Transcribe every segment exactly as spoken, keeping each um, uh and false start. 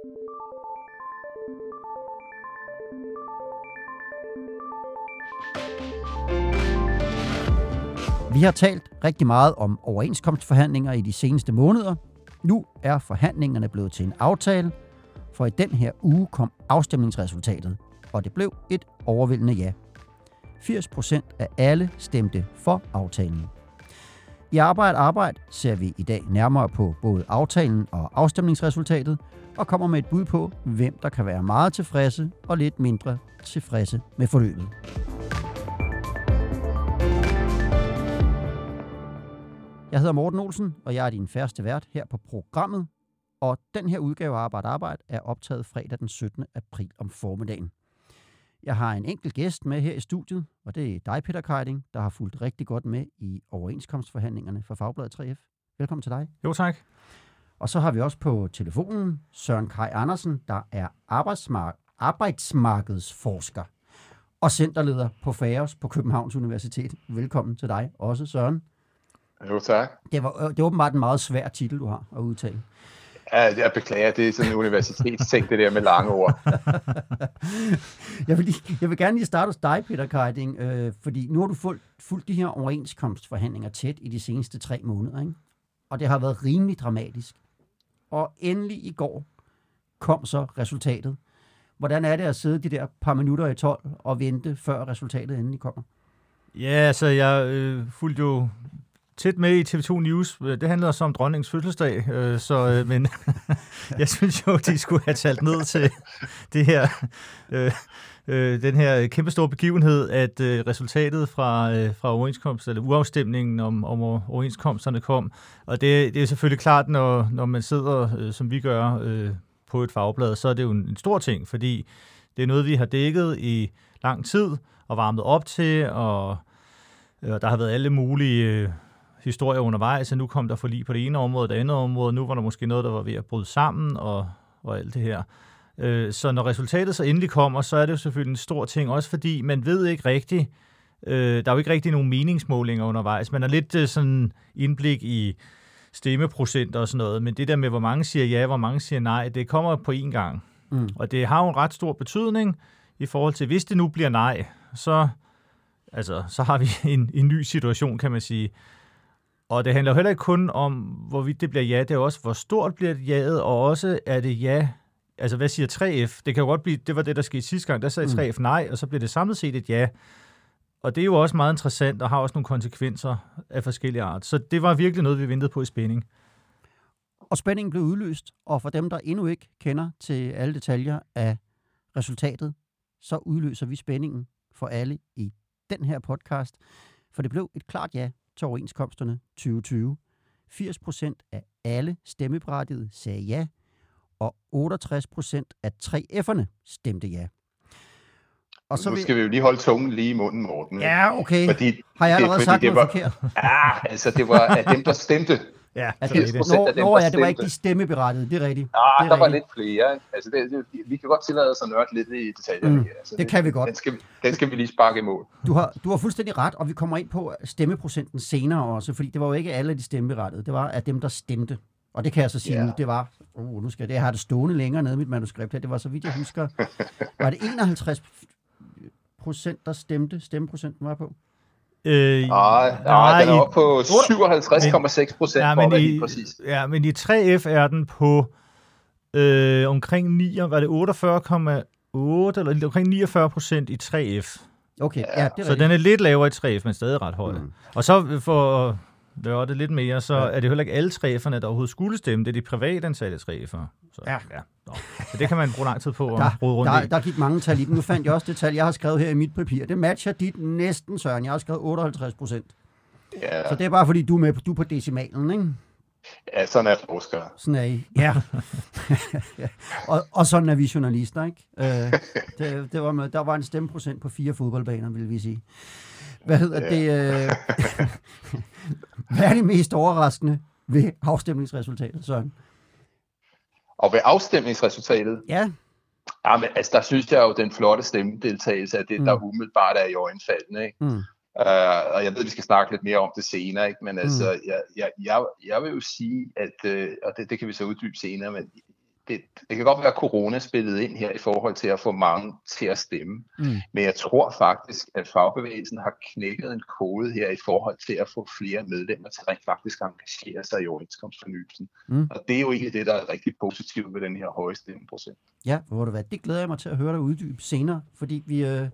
Vi har talt rigtig meget om overenskomstforhandlinger i de seneste måneder. Nu er forhandlingerne blevet til en aftale, for i den her uge kom afstemningsresultatet, og det blev et overvældende ja. firs procent af alle stemte for aftalen. I Arbejde Arbejde ser vi i dag nærmere på både aftalen og afstemningsresultatet, og kommer med et bud på, hvem der kan være meget tilfredse og lidt mindre tilfredse med forløbet. Jeg hedder Morten Olsen, og jeg er din første vært her på programmet. Og den her udgave af Arbejde Arbejde er optaget fredag den syttende april om formiddagen. Jeg har en enkelt gæst med her i studiet, og det er dig, Peter Keiding, der har fulgt rigtig godt med i overenskomstforhandlingerne for Fagbladet tre F. Velkommen til dig. Jo, tak. Og så har vi også på telefonen Søren Kaj Andersen, der er arbejdsmark- arbejdsmarkedsforsker og centerleder på FAOS på Københavns Universitet. Velkommen til dig også, Søren. Jo, tak. Det, var, det er åbenbart en meget svær titel, du har at udtale. Ja, jeg beklager, det er sådan en universitetsting, det der med lange ord. jeg, vil, jeg vil gerne lige starte hos dig, Peter Keiding, øh, fordi nu har du fulgt, fulgt de her overenskomstforhandlinger tæt i de seneste tre måneder, ikke? Og det har været rimelig dramatisk. Og endelig i går kom så resultatet. Hvordan er det at sidde de der par minutter i tolv og vente, før resultatet endelig kommer? Ja, altså jeg øh, fulgte jo tæt med i T V to News. Det handler så om dronningens fødselsdag, øh, så, øh, men jeg synes jo, de skulle have talt ned til det her, øh, øh, den her kæmpestore begivenhed, at øh, resultatet fra, øh, fra overenskomst, eller uafstemningen om, om overenskomsterne kom. Og det, det er selvfølgelig klart, når, når man sidder, øh, som vi gør, øh, på et fagblad, så er det jo en, en stor ting, fordi det er noget, vi har dækket i lang tid og varmet op til, og øh, der har været alle mulige øh, historier undervejs, og nu kom der forlig på det ene område og det andet område, nu var der måske noget, der var ved at bryde sammen, og, og alt det her. Øh, så når resultatet så endelig kommer, så er det jo selvfølgelig en stor ting, også fordi man ved ikke rigtigt, øh, der er jo ikke rigtig nogen meningsmålinger undervejs, man har lidt øh, sådan indblik i stemmeprocenter og sådan noget, men det der med, hvor mange siger ja, hvor mange siger nej, det kommer på én gang. Mm. Og det har jo en ret stor betydning i forhold til, hvis det nu bliver nej, så, altså, så har vi en, en ny situation, kan man sige. Og det handler jo heller ikke kun om, hvorvidt det bliver ja, det er også, hvor stort bliver det jaet, og også er det ja, altså hvad siger tre F? Det kan jo godt blive, det var det, der skete sidste gang, der sagde mm. tre F nej, og så bliver det samlet set et ja. Og det er jo også meget interessant, og har også nogle konsekvenser af forskellige art. Så det var virkelig noget, vi ventede på i spænding. Og spændingen blev udløst, og for dem, der endnu ikke kender til alle detaljer af resultatet, så udløser vi spændingen for alle i den her podcast. For det blev et klart ja til overenskomsterne tyve tyve. firs procent af alle stemmeberettigede sagde ja, og otteogtres procent af tre F'erne stemte ja. Og så nu skal vi jo lige holde tungen lige i munden, Morten. Ja, okay. Fordi, har jeg allerede det, sagt noget var, forkert? Ja, altså det var af dem, der stemte. Ja, det, det. Nå, dem, nå ja, det var ikke de stemmeberettigede, det er rigtigt. Nej, det er der rigtigt. Var lidt flere. Altså, det, det, vi kan godt tillade os at nørde lidt i detaljerne mm, her. Altså, det, det kan vi godt. Den skal, den skal vi lige sparke imod. Du har, du har fuldstændig ret, og vi kommer ind på stemmeprocenten senere også, fordi det var jo ikke alle de stemmeberettigede, det var af dem, der stemte. Og det kan jeg så sige, yeah. det var, uh, nu skal jeg, det, jeg har det stående længere nede i mit manuskript her, det var så vidt jeg husker, var det enoghalvtreds procent, der stemte, stemmeprocenten var på? Øh, nej, nej, den er oppe på syvoghalvtreds komma seks procent, ja, for at være i, helt præcis. Ja, men i tre F er den på øh, omkring ni, var det otteogfyrre komma otte eller omkring niogfyrre procent i tre F. Okay, ja, ja det er så den er lidt lavere i tre F, men stadig ret høj. Mm. Og så for at gøre det lidt mere, så ja. er det heller ikke alle tre F'erne, der overhovedet skulle stemme. Det er de privatansatte tre F'ere. Så, ja. Ja. Så det kan man bruge lang tid på der, at rode rundt der, i. Der gik mange tal i den. Nu fandt jeg også det tal, jeg har skrevet her i mit papir. Det matcher dit næsten, Søren. Jeg har skrevet otteoghalvtreds procent. Ja. Så det er bare fordi, du er, med, du er på decimalen, ikke? Ja, sådan er forskere. Sådan er I. Ja. ja. Og, og sådan er vi journalister, ikke? Øh, det, det var med, der var en stemmeprocent på fire fodboldbaner, vil vi sige. Hvad hedder ja. det? Øh, hvad er det mest overraskende ved afstemningsresultatet, Søren? Og ved afstemningsresultatet? Ja. Ja, men altså, der synes jeg jo, den flotte stemmedeltagelse er det, mm. der umiddelbart er i øjenfaldene, ikke? Mm. Uh, og jeg ved, vi skal snakke lidt mere om det senere, ikke? Men altså, mm. jeg, jeg, jeg, jeg vil jo sige, at, uh, og det, det kan vi så uddybe senere, men det, det kan godt være, at corona spillede ind her i forhold til at få mange til at stemme. Mm. Men jeg tror faktisk, at fagbevægelsen har knækket en kode her i forhold til at få flere medlemmer til rent faktisk at engagere sig i overenskomstfornyelsen. Mm. Og det er jo ikke det, der er rigtig positivt ved den her høje stemmeprocent. Ja, hvor det, det glæder jeg mig til at høre dig uddybe senere, fordi vi øh,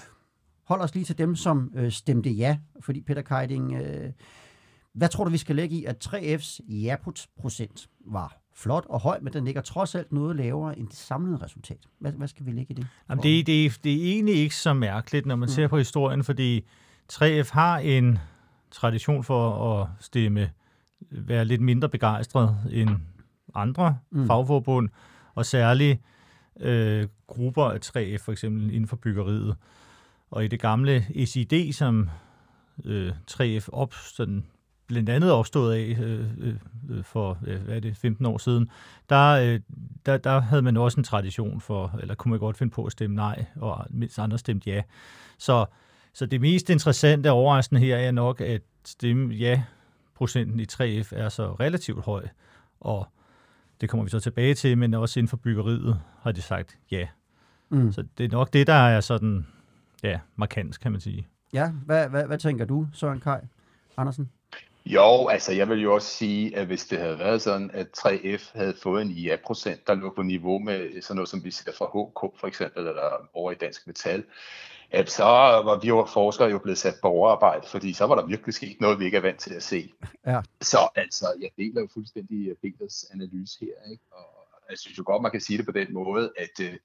holder os lige til dem, som øh, stemte ja. Fordi Peter Keiding, øh, hvad tror du, vi skal lægge i, at tre F's ja-procent var flot og høj, men den ligger trods alt noget lavere end det samlede resultat. Hvad, hvad skal vi lægge i det? Jamen, det, det, det er egentlig ikke så mærkeligt, når man mm. ser på historien, fordi tre F har en tradition for at stemme, være lidt mindre begejstret end andre mm. fagforbund, og særligt øh, grupper af tre F, for eksempel inden for byggeriet. Og i det gamle S I D, som øh, tre F op, sådan blandt andet opstået af øh, øh, for øh, hvad er det, femten år siden, der, øh, der, der havde man også en tradition for, eller kunne man godt finde på at stemme nej, og mens andre stemte ja. Så, så det mest interessante og overraskende her er nok, at stemme ja-procenten i tre F er så relativt høj, og det kommer vi så tilbage til, men også inden for byggeriet har de sagt ja. Mm. Så det er nok det, der er sådan, ja, markant, kan man sige. Ja, hvad, hvad, hvad tænker du, Søren Kaj Andersen? Jo, altså jeg vil jo også sige, at hvis det havde været sådan, at tre F havde fået en ja-procent, der lå på niveau med sådan noget, som vi ser fra H K for eksempel, eller over i Dansk Metal, at så var vi jo forskere jo blevet sat på overarbejde, fordi så var der virkelig sket noget, vi ikke er vant til at se. Ja. Så altså, jeg deler jo fuldstændig Peters analyse her, ikke? Og jeg synes jo godt, man kan sige det på den måde, at øh,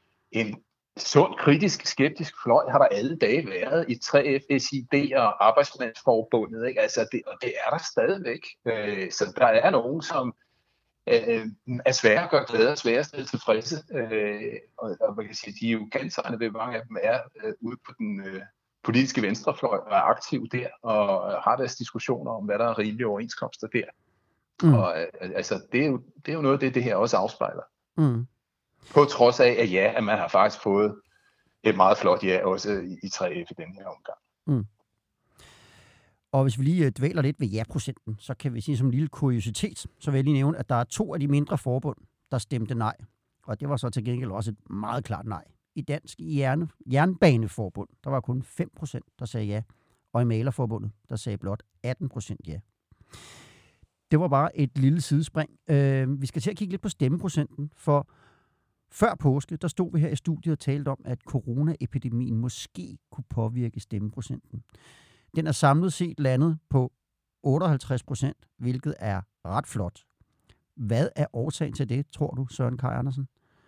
en sund, kritisk, skeptisk fløj har der alle dage været i tre F, S I D og Arbejdsmandsforbundet, ikke? Altså, det, og det er der stadigvæk. Øh, så der er nogen, som øh, er svære at gøre glade og svære at stille tilfredse. Øh, og, og man kan sige, de er jo kendetegnende ved, mange af dem er øh, ude på den øh, politiske venstrefløj og er aktive der, og har deres diskussioner om, hvad der er rimelige overenskomster der. Mm. Og øh, altså, det er, jo, det er jo noget af det, det her også afspejler. Mm. På trods af, at ja, at man har faktisk fået et meget flot ja også i, i tre F i den her omgang. Mm. Og hvis vi lige dvæler lidt ved ja-procenten, så kan vi sige som en lille kuriositet, så vil jeg lige nævne, at der er to af de mindre forbund, der stemte nej. Og det var så til gengæld også et meget klart nej. I Dansk Jern, Jernbaneforbund, der var kun fem procent, der sagde ja. Og i Malerforbundet, der sagde blot atten procent ja. Det var bare et lille sidespring. Øh, vi skal til at kigge lidt på stemmeprocenten, for før påske, der stod vi her i studiet og talte om, at coronaepidemien måske kunne påvirke stemmeprocenten. Den er samlet set landet på otteoghalvtreds procent, hvilket er ret flot. Hvad er årsagen til det, tror du, Søren Kaj Andersen?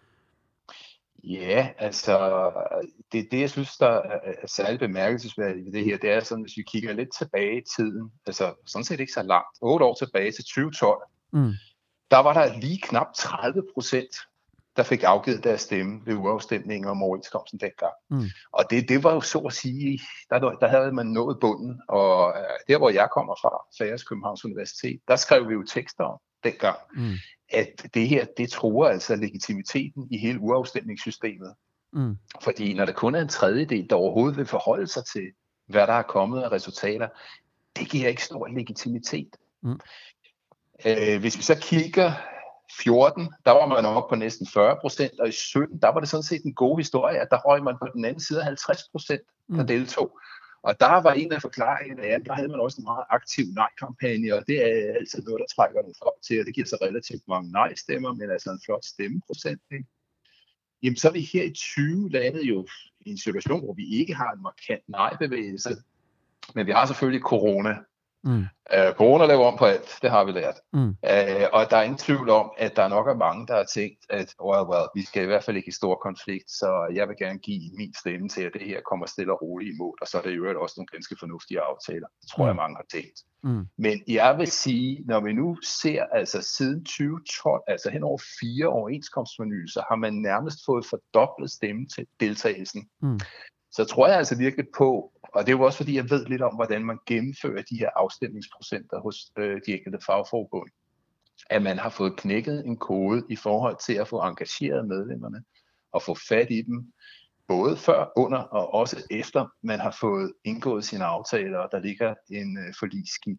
Ja, altså, det, det jeg synes, der er særligt bemærkelsesværdigt ved det her, det er sådan, hvis vi kigger lidt tilbage i tiden, altså sådan set ikke så langt, otte år tilbage til tyve tolv, mm. der var der lige knap tredive procent, der fik afgivet deres stemme ved uafstemningen om overenskomsten dengang. Mm. Og det, det var jo så at sige, der, der havde man nået bunden, og der hvor jeg kommer fra, Færøs Københavns Universitet, der skrev vi jo tekster om dengang, mm. at det her, det truer altså legitimiteten i hele uafstemningssystemet. Mm. Fordi når der kun er en tredjedel, der overhovedet vil forholde sig til, hvad der er kommet af resultater, det giver ikke stor legitimitet. Mm. Øh, hvis vi så kigger fjorten, der var man oppe på næsten fyrre procent, og i sytten, der var det sådan set en god historie, at der røg man på den anden side halvtreds procent, der mm. deltog. Og der var en af forklaringerne, at der havde man også en meget aktiv nej-kampagne, og det er altid noget, der trækker nogle folk til, og det giver så relativt mange nej-stemmer, men altså en flot stemmeprocent. Ikke? Jamen så er vi her i tyve landet jo i en situation, hvor vi ikke har en markant nej-bevægelse, men vi har selvfølgelig corona. Mm. Uh, corona laver om på alt, det har vi lært. Mm. Uh, og der er ingen tvivl om, at der nok er mange, der har tænkt, at well, well, vi skal i hvert fald ikke i stor konflikt, så jeg vil gerne give min stemme til, at det her kommer stille og roligt i mål, og så er der jo også nogle ganske fornuftige aftaler. Det tror mm. jeg, mange har tænkt. Mm. Men jeg vil sige, når vi nu ser, altså siden tyve tolv, altså hen over fire overenskomstfornyelser, har man nærmest fået fordoblet stemme til deltagelsen. Mm. Så tror jeg altså virkelig på, og det er jo også fordi, jeg ved lidt om, hvordan man gennemfører de her afstemningsprocenter hos øh, de enkelte fagforbund, at man har fået knækket en kode i forhold til at få engageret medlemmerne og få fat i dem, både før, under og også efter man har fået indgået sine aftaler, og der ligger en øh, forligsskitse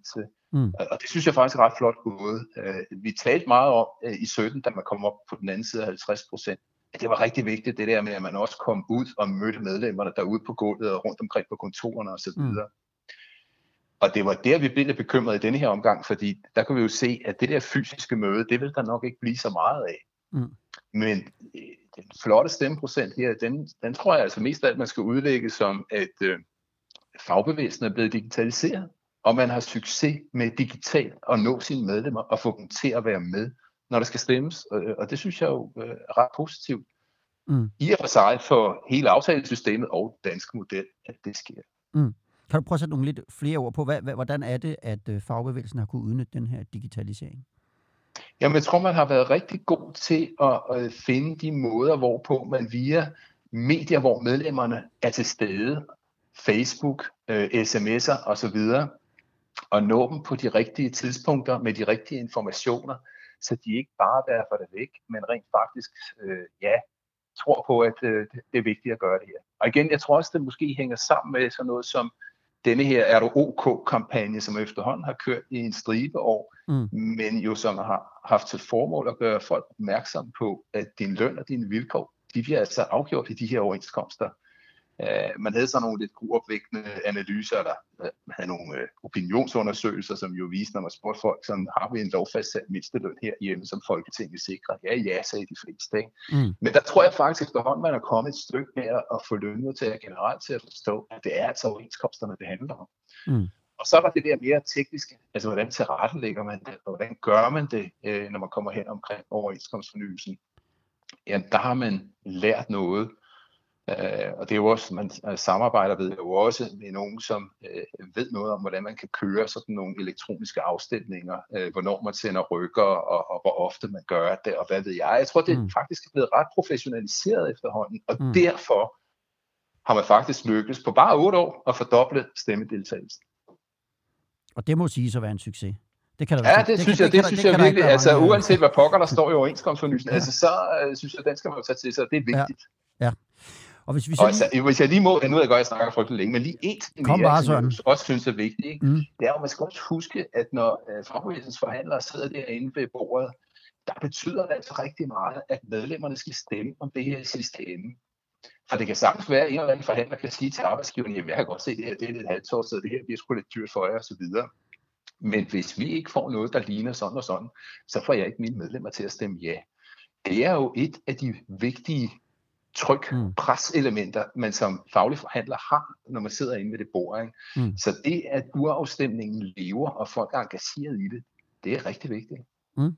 Mm. Og det synes jeg faktisk er ret flot gået. Vi talte meget om i sytten, da man kom op på den anden side af halvtreds procent, at det var rigtig vigtigt, det der med, at man også kom ud og mødte medlemmerne derude på gulvet og rundt omkring på kontorerne osv. Mm. Og det var der, vi blev lidt bekymrede i denne her omgang, fordi der kan vi jo se, at det der fysiske møde, det vil der nok ikke blive så meget af. Mm. Men den flotte stemmeprocent her, den, den tror jeg altså mest af alt, man skal udlægge som, at øh, fagbevægelsen er blevet digitaliseret, og man har succes med digitalt at nå sine medlemmer og få dem til at være med, når der skal stemmes. Og det synes jeg jo er ret positivt. Mm. I og for sig for hele aftalesystemet og danske model, at det sker. Mm. Kan du prøve at sætte nogle lidt flere ord på, hvad, hvordan er det, at fagbevægelsen har kunnet udnytte den her digitalisering? Jamen, jeg tror, man har været rigtig god til at, at finde de måder, hvorpå man via medier, hvor medlemmerne er til stede, Facebook, øh, sms'er osv., og nå dem på de rigtige tidspunkter med de rigtige informationer, så de ikke bare derfor det væk, men rent faktisk, øh, ja, tror på, at øh, det er vigtigt at gøre det her. Og igen, jeg tror også, det måske hænger sammen med sådan noget som denne her Er du OK-kampagne, som efterhånden har kørt i en stribe år, mm. men jo som har haft til formål at gøre folk opmærksom på, at din løn og dine vilkår, de bliver altså afgjort i de her overenskomster. Uh, man havde så nogle lidt gruopvækkende analyser, der uh, man havde nogle uh, opinionsundersøgelser, som jo viste, når man spurgte folk, sådan, har vi en lovfastsat mindsteløn herhjemme, som Folketinget sikrer? Ja, ja, sagde de fleste. Ikke? Mm. Men der tror jeg faktisk, efterhånden man er kommet et stykke med at få lønmodtagere generelt til at forstå, at det er altså overenskomsterne, det handler om. Mm. Og så var det der mere tekniske, altså hvordan tilrettelægger man det, og hvordan gør man det, uh, når man kommer hen omkring overenskomstfornyelsen. Ja, der har man lært noget. Uh, og det er jo også, man uh, samarbejder ved jo også med nogen, som uh, ved noget om, hvordan man kan køre sådan nogle elektroniske afstemninger, uh, hvornår man sender rykker, og, og hvor ofte man gør det, og hvad ved jeg. Jeg tror, det er mm. faktisk er blevet ret professionaliseret efterhånden, og mm. derfor har man faktisk lykkes på bare otte år at fordoble stemmedeltagelsen. Og det må sige så være en succes. Det kan der ja, det, det synes kan, jeg, det, det synes det jeg virkelig, altså uanset hvad pokker der står i overenskomstfornyelsen, ja. altså så uh, synes jeg, den skal man jo tage til sig, det er vigtigt. Ja. ja. Og hvis, vi og altså, hvis jeg lige må, nu ved jeg godt, jeg snakker frygtelig længe, men lige et ting, jeg også synes er vigtigt, ikke? Mm. det er jo, man skal også huske, at når uh, fagbevægelsens forhandlere sidder derinde ved bordet, der betyder det altså rigtig meget, at medlemmerne skal stemme om det her i sidste ende. For det kan sagtens være, at en eller anden forhandler kan sige til arbejdsgiveren, jamen jeg kan godt se det her, det er lidt halvtår, så det her bliver sgu lidt dyrt for jer, og så videre. Men hvis vi ikke får noget, der ligner sådan og sådan, så får jeg ikke mine medlemmer til at stemme ja. Det er jo et af de vigtige tryk, mm. preselementer, man som faglig forhandler har, når man sidder inde ved det bord. Ikke? Mm. Så det, at urafstemningen lever, og folk er engageret i det, det er rigtig vigtigt. Mm.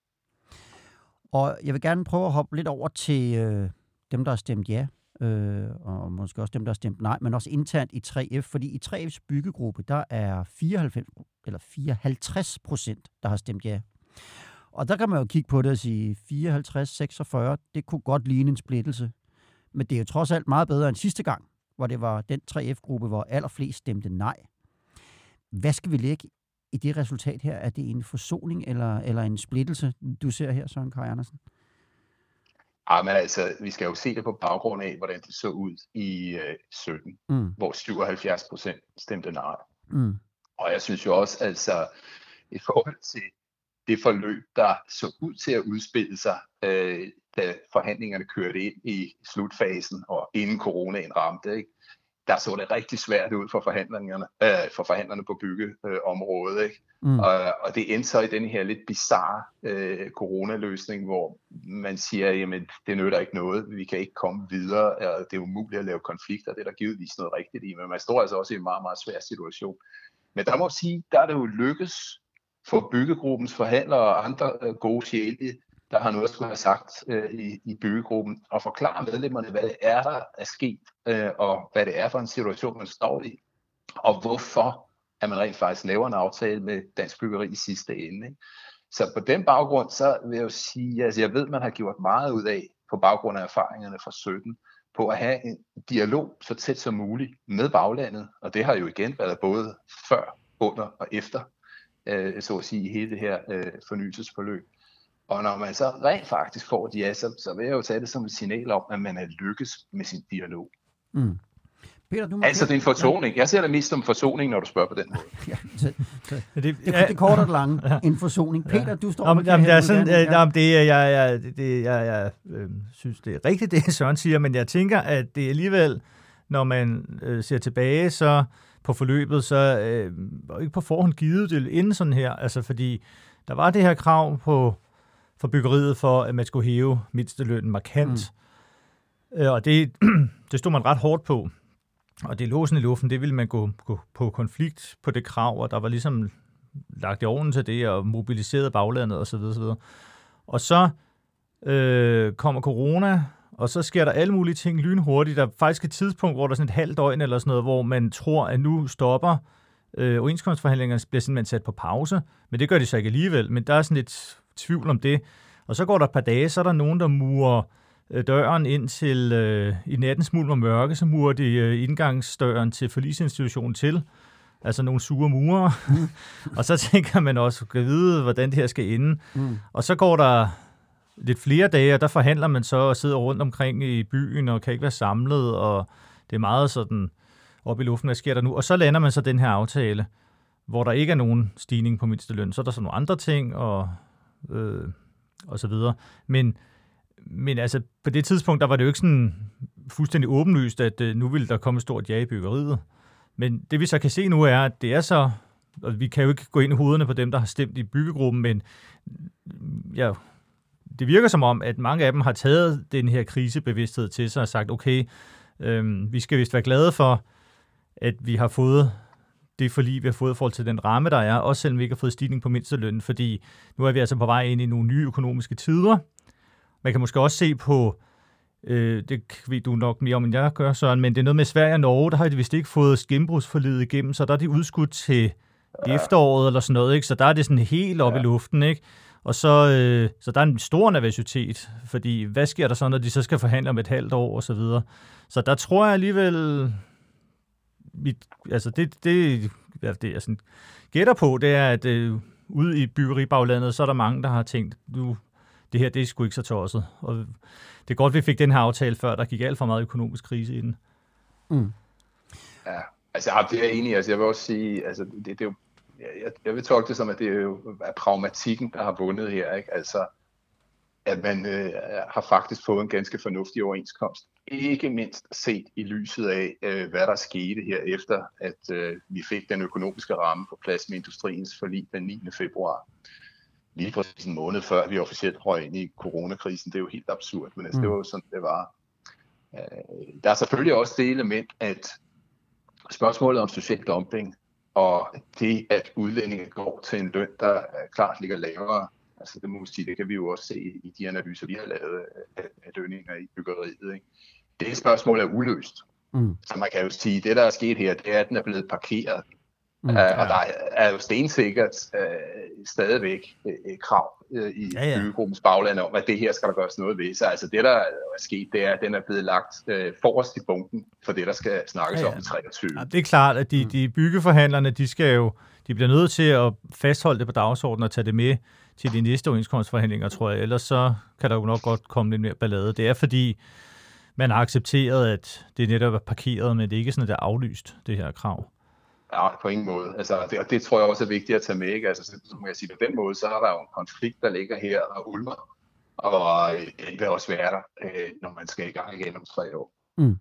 Og jeg vil gerne prøve at hoppe lidt over til øh, dem, der har stemt ja, øh, og måske også dem, der har stemt nej, men også internt i tre F, fordi i tre F's byggegruppe, der er fireoghalvfems eller fireoghalvtreds procent, der har stemt ja. Og der kan man jo kigge på det og sige, fireoghalvtreds seksogfyrre, det kunne godt ligne en splittelse. Men det er jo trods alt meget bedre end sidste gang, hvor det var den tre F-gruppe, hvor allerflest stemte nej. Hvad skal vi lægge i det resultat her? Er det en forsoning eller, eller en splittelse, du ser her, Søren Kaj Andersen? Ja, men altså, vi skal jo se det på baggrund af, hvordan det så ud i øh, sytten, mm. hvor syvoghalvfjerds procent stemte nej. Mm. Og jeg synes jo også, altså, i forhold til det forløb, der så ud til at udspille sig, øh, da forhandlingerne kørte ind i slutfasen, og inden coronaen ramte, ikke? Der så det rigtig svært ud for forhandlerne, øh, for forhandlerne på byggeområdet. Øh, ikke? Mm. Og, og det endte så i den her lidt bizarre øh, coronaløsning, hvor man siger, jamen det nytter ikke noget, vi kan ikke komme videre, og det er umuligt at lave konflikter, det er der givetvis noget rigtigt i, men man står altså også i en meget, meget svær situation. Men der må jeg sige, der er det jo lykkes for byggegruppens forhandlere og andre øh, gode sjæle, der har noget at skulle have sagt øh, i, i byggegruppen, og forklare medlemmerne, hvad det er, der er sket, øh, og hvad det er for en situation, man står i, og hvorfor at man rent faktisk laver en aftale med Dansk Byggeri i sidste ende. Ikke? Så på den baggrund, så vil jeg jo sige, altså jeg ved, man har gjort meget ud af, på baggrund af erfaringerne fra sytten, på at have en dialog så tæt som muligt med baglandet, og det har jo igen været både før, under og efter, øh, så at sige, hele det her øh, fornyelsesforløb. Og når man så rent faktisk får et ja, så, så vil jeg jo tage det som et signal om, at man er lykkes med sin dialog. Mm. Peter, du må altså, det er en forsoning. Ja. Jeg ser det mest som forsoning, når du spørger på den måde. ja, så, så, det, det, det, det korte og det lange. Ja. En forsoning. Peter, ja. Du står om, jamen, det er sådan, øh, jamen, det er, jeg, jeg, det, jeg, jeg øh, synes, det er rigtigt, det Søren siger, men jeg tænker, at det alligevel, når man øh, ser tilbage, så på forløbet, så øh, var ikke på forhånd givet det inden sådan her, altså fordi der var det her krav på for byggeriet for, at man skulle hæve mindstelønnen markant, mm. øh, og det, det stod man ret hårdt på. Og det lå sådan i luften, det ville man gå, gå på konflikt på det krav, og der var ligesom lagt i ovnen til det, og mobiliseret baglandet osv. osv. Og så øh, kommer corona, og så sker der alle mulige ting lynhurtigt. Der er faktisk et tidspunkt, hvor der er sådan et halvt døgn eller sådan noget, hvor man tror, at nu stopper øh, overenskomstforhandlingerne, bliver simpelthen sat på pause. Men det gør de så ikke alligevel, men der er sådan lidt tvivl om det. Og så går der et par dage, så er der nogen, der murer døren ind til, øh, i nattens mulm og mørke, så murer de øh, indgangsdøren til forligsinstitutionen til, altså nogle sure murer. Mm. Og så tænker man også, kan vide, hvordan det her skal ende. Mm. Og så går der lidt flere dage, og der forhandler man så og sidder rundt omkring i byen og kan ikke være samlet, og det er meget sådan op i luften, hvad sker der nu? Og så lander man så den her aftale, hvor der ikke er nogen stigning på mindsteløn. Så er der så nogle andre ting, og, øh, og så videre. Men Men altså, på det tidspunkt, der var det jo ikke sådan fuldstændig åbenlyst, at øh, nu ville der komme et stort ja i byggeriet. Men det vi så kan se nu er, at det er så, og vi kan jo ikke gå ind i hovederne på dem, der har stemt i byggegruppen, men ja, det virker som om, at mange af dem har taget den her krisebevidsthed til sig og sagt, okay, øh, vi skal vist være glade for, at vi har fået det forlig, vi har fået i forhold til den ramme, der er, også selvom vi ikke har fået stigning på mindstelønnen, fordi nu er vi altså på vej ind i nogle nye økonomiske tider. Man kan måske også se på, øh, det ved du nok mere om, end jeg gør, Søren, men det er noget med Sverige og Norge, der har de vist ikke fået gennembrudsforliget igennem, så der er de udskudt til ja. efteråret eller sådan noget, ikke? Så der er det sådan helt op ja. i luften, ikke? Og så, øh, så der er en stor nervøsitet, fordi hvad sker der så, når de så skal forhandle om et halvt år og så videre. Så der tror jeg alligevel, mit, altså det, det, det jeg sådan gætter på, det er, at øh, ude i byggeribaglandet, så er der mange, der har tænkt, du det her, det er sgu ikke så tosset. Og det er godt, vi fik den her aftale før, der gik alt for meget økonomisk krise i den. Mm. Ja, altså det er jeg enig i. Altså, jeg vil også sige, altså det, det er jo, jeg, jeg vil tolke det som, at det er jo er pragmatikken, der har vundet her, ikke? Altså, at man øh, har faktisk fået en ganske fornuftig overenskomst. Ikke mindst set i lyset af, øh, hvad der skete her efter, at øh, vi fik den økonomiske ramme på plads med industriens forlig den niende februar. Lige præcis en måned før vi officielt røg ind i coronakrisen. Det er jo helt absurd, men altså, mm. det var jo sådan, det var. Der er selvfølgelig også det element, at spørgsmålet om social dumping, og det, at udlændinge går til en løn, der klart ligger lavere, altså det må man sige, det kan vi jo også se i de analyser, vi har lavet af lønninger i byggeriet, ikke? Det spørgsmål er uløst. Mm. Så man kan jo sige, at det, der er sket her, det er, at den er blevet parkeret. Mm, uh, ja. Og der er jo stensikkert uh, stadigvæk et krav uh, i ja, ja. byggegruppens bagland om, at det her skal der gøres noget ved. Så altså det, der er sket, det er, at den er blevet lagt uh, forrest i bunken for det, der skal snakkes ja, ja. om i treogtyve. Ja, det er klart, at de, de byggeforhandlerne, de skal jo, de bliver nødt til at fastholde det på dagsordenen og tage det med til de næste overenskomstforhandlinger, tror jeg. Ellers så kan der jo nok godt komme lidt mere ballade. Det er fordi, man har accepteret, at det netop er parkeret, men det er ikke sådan, at det er aflyst, det her krav. Ja, på ingen måde. Altså, det, og det tror jeg også er vigtigt at tage med, ikke? Altså, så må jeg sige, på den måde, så er der jo en konflikt, der ligger her og ulmer, og øh, det vil også være der, øh, når man skal i gang igen om tre år. Mm.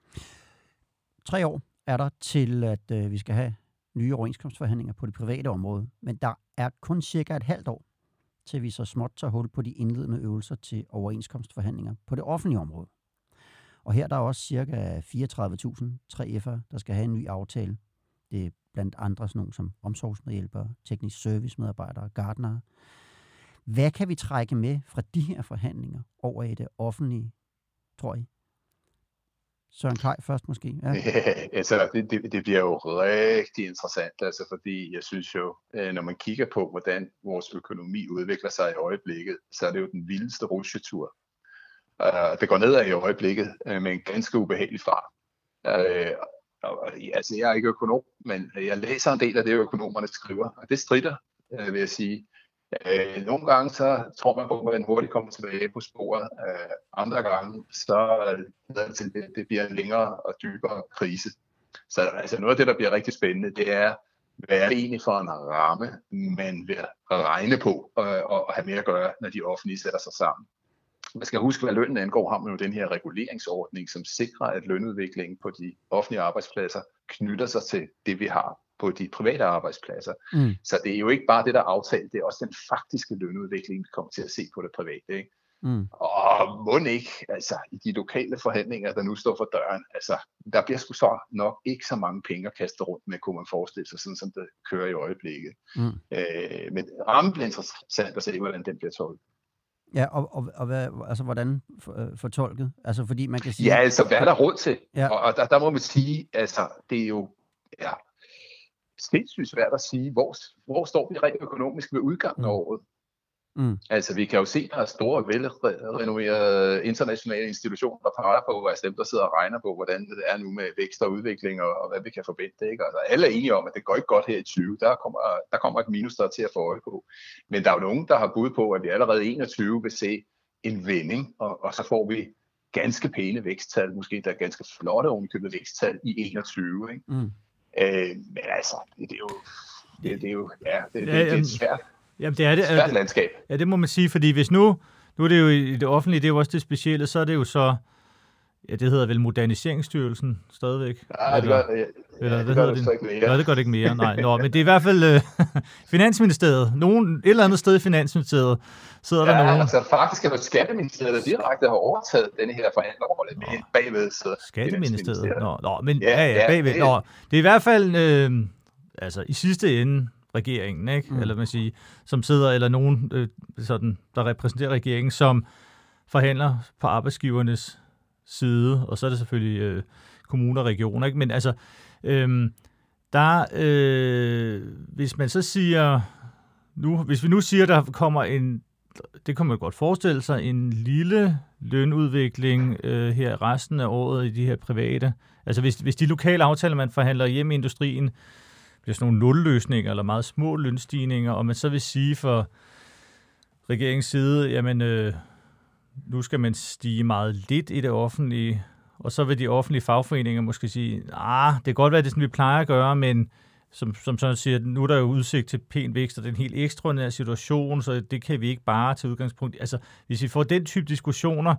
Tre år er der til, at øh, vi skal have nye overenskomstforhandlinger på det private område, men der er kun cirka et halvt år, til vi så småt tager hul på de indledende øvelser til overenskomstforhandlinger på det offentlige område. Og her der er også cirka fireogtredive tusind tre F'ere, der skal have en ny aftale. Det er blandt andre sådan nogle som omsorgsmedhjælpere, teknisk servicemedarbejdere, gartnere. Hvad kan vi trække med fra de her forhandlinger over i det offentlige, tror I? Søren Kaj først måske. Ja. altså, det, det, det bliver jo rigtig interessant, altså, fordi jeg synes jo, når man kigger på, hvordan vores økonomi udvikler sig i øjeblikket, så er det jo den vildeste rutsjetur. Uh, det går nedad i øjeblikket uh, med en ganske ubehagelig fart. Uh, og, altså, jeg er ikke økonom, men jeg læser en del af det, økonomerne skriver, og det stritter, uh, vil jeg sige. Øh, nogle gange så tror man på, at man hurtigt kommer tilbage på sporet. Øh, andre gange så det, det, det bliver en længere og dybere krise. Så altså noget af det, der bliver rigtig spændende, det er, hvad er det egentlig for en ramme, man vil regne på og, og have mere at gøre, når de offentlige sætter sig sammen. Man skal huske, hvad lønnen angår, har man jo den her reguleringsordning, som sikrer, at lønudviklingen på de offentlige arbejdspladser knytter sig til det, vi har på de private arbejdspladser. Mm. Så det er jo ikke bare det, der er aftalt, det er også den faktiske lønudvikling, vi kommer til at se på det private. Ikke? Mm. Og må ikke, altså i de lokale forhandlinger, der nu står for døren, altså der bliver sgu så nok ikke så mange penge at kaste rundt med, kunne man forestille sig, sådan som det kører i øjeblikket. Mm. Øh, men rammen bliver interessant at se, hvordan den bliver tolket. Ja, og, og, og hvad, altså, hvordan for, fortolket? Altså, fordi man kan sige... Ja, altså, hvad er der råd til? Ja. Og, og der, der må man sige, altså, det er jo ja, sindssygt svært at sige, hvor, hvor står vi rent økonomisk ved udgangen af mm. året? Mm. Altså, vi kan jo se, at der er store, velrenommerede internationale institutioner, der peger på, altså dem, der sidder og regner på, hvordan det er nu med vækst og udvikling, og, og hvad vi kan forvente. Ikke? Altså, alle er enige om, at det går ikke godt her i tyve. Der kommer, der kommer et minus, der er til at få øje på. Men der er jo nogen, der har bud på, at vi allerede i enogtyve vil se en vending, og, og så får vi ganske pæne væksttal, måske der er ganske flotte ovenikøbet væksttal i enogtyve. Ikke? Mm. Øh, men altså, det er jo, det, det er jo, ja, det, det, det er svært. Jamen, det er det. Svært landskab. Ja, det må man sige, fordi hvis nu, nu er det jo i det offentlige, det er jo også det specielle, så er det jo så, ja, det hedder vel Moderniseringsstyrelsen stadigvæk. Ja, det gør det, ja, eller, det, hvad gør det det så ikke mere. Ja, det gør det ikke mere, nej. Nå, men det er i hvert fald øh, Finansministeriet. Nogen, et eller andet sted i Finansministeriet sidder ja, der nogen. Altså faktisk er det Skatteministeriet, der direkte har overtaget denne her forhandlerrolle med bagved. Så Skatteministeriet? Nå, nå, men ja, ja, bagved. Nå, det er i hvert fald, øh, altså i sidste ende, regeringen, ikke? Mm. Eller man siger, som sidder, eller nogen, øh, sådan, der repræsenterer regeringen, som forhandler på arbejdsgivernes side, og så er det selvfølgelig øh, kommuner og regioner, ikke? Men altså, øh, der, øh, hvis man så siger, nu, hvis vi nu siger, der kommer en, det kan man godt forestille sig, en lille lønudvikling øh, her resten af året i de her private, altså hvis, hvis de lokale aftaler, man forhandler hjem i industrien, bliver sådan nogle nulløsninger eller meget små lønstigninger, og man så vil sige for regeringens side, jamen øh, nu skal man stige meget lidt i det offentlige, og så vil de offentlige fagforeninger måske sige, ah, det kan godt være, det er sådan, vi plejer at gøre, men som, som sådan siger, nu er der jo udsigt til pæn vækst, og det er en helt ekstraordinær situation, så det kan vi ikke bare til udgangspunkt. Altså, hvis vi får den type diskussioner,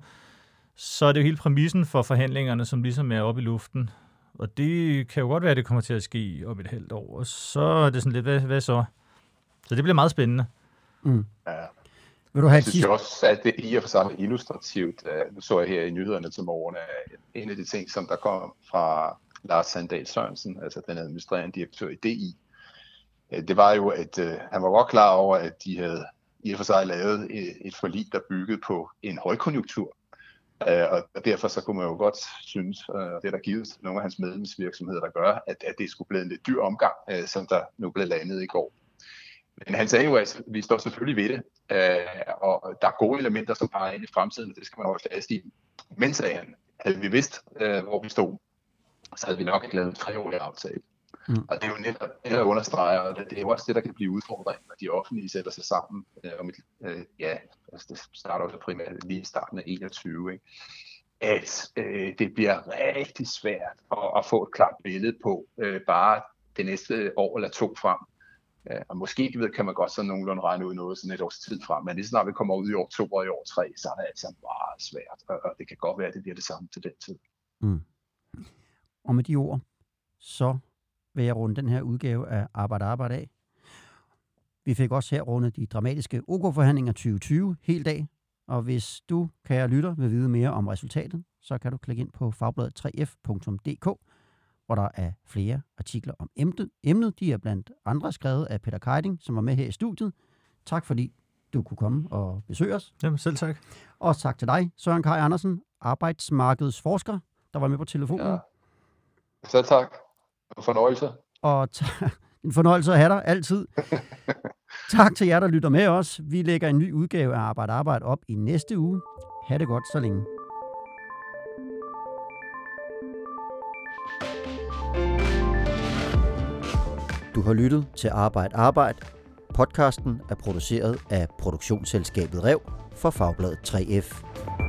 så er det jo hele præmissen for forhandlingerne, som ligesom er oppe i luften. Og det kan jo godt være, at det kommer til at ske om et halvt år, og så er det sådan lidt, hvad, hvad så? Så det bliver meget spændende. Mm. Ja. Vil du have jeg synes jo også, at det i og for sig er illustrativt. Nu så jeg her i nyhederne til morgen, at en af de ting, som der kom fra Lars Sandahl Sørensen, altså den administrerende direktør i D I, det var jo, at uh, han var godt klar over, at de havde i og for sig lavet et, et forlig, der byggede på en højkonjunktur. Uh, og derfor så kunne man jo godt synes, uh, det er der givet nogle af hans medlemsvirksomheder, der gør, at, at det skulle blive en lidt dyr omgang, uh, som der nu blev landet i går. Men han sagde jo, at vi står selvfølgelig ved det, uh, og der er gode elementer, som peger ind i fremtiden, og det skal man holde fast i. Men sagde han, havde vi vidst, uh, hvor vi stod, så havde vi nok ikke lavet en treårig aftale. Mm. Og det er jo netop det, der understreger, og det er jo også det, der kan blive udfordring, når de offentlige sætter sig sammen øh, om et, øh, ja, altså det starter jo primært lige i starten af enogtyve, ikke? At øh, det bliver rigtig svært at, at få et klart billede på øh, bare det næste år eller to frem. Øh, og måske ved, kan man godt sådan nogenlunde regne ud noget sådan et års tid frem, men lige snart vi kommer ud i år to og i år tre, så er det altså meget svært, og, og det kan godt være, at det bliver det samme til den tid. Mm. Og med de ord, så vil jeg runde den her udgave af Arbejde Arbejde af. Vi fik også her rundet de dramatiske O K-forhandlinger tyve tyve helt af, og hvis du, kære lytter, vil vide mere om resultatet, så kan du klikke ind på fagbladet tre f punktum d k, hvor der er flere artikler om emnet. Emnet de er blandt andre skrevet af Peter Keiding, som var med her i studiet. Tak fordi du kunne komme og besøge os. Jamen selv tak. Og tak til dig, Søren Kaj Andersen, arbejdsmarkedsforsker, der var med på telefonen. Ja. Selv tak. En fornøjelse. Og t- en fornøjelse at have dig, altid. Tak til jer, der lytter med os. Vi lægger en ny udgave af Arbejde Arbejde op i næste uge. Ha' det godt så længe. Du har lyttet til Arbejde Arbejde, Podcasten er produceret af produktionsselskabet Rev for Fagbladet tre F.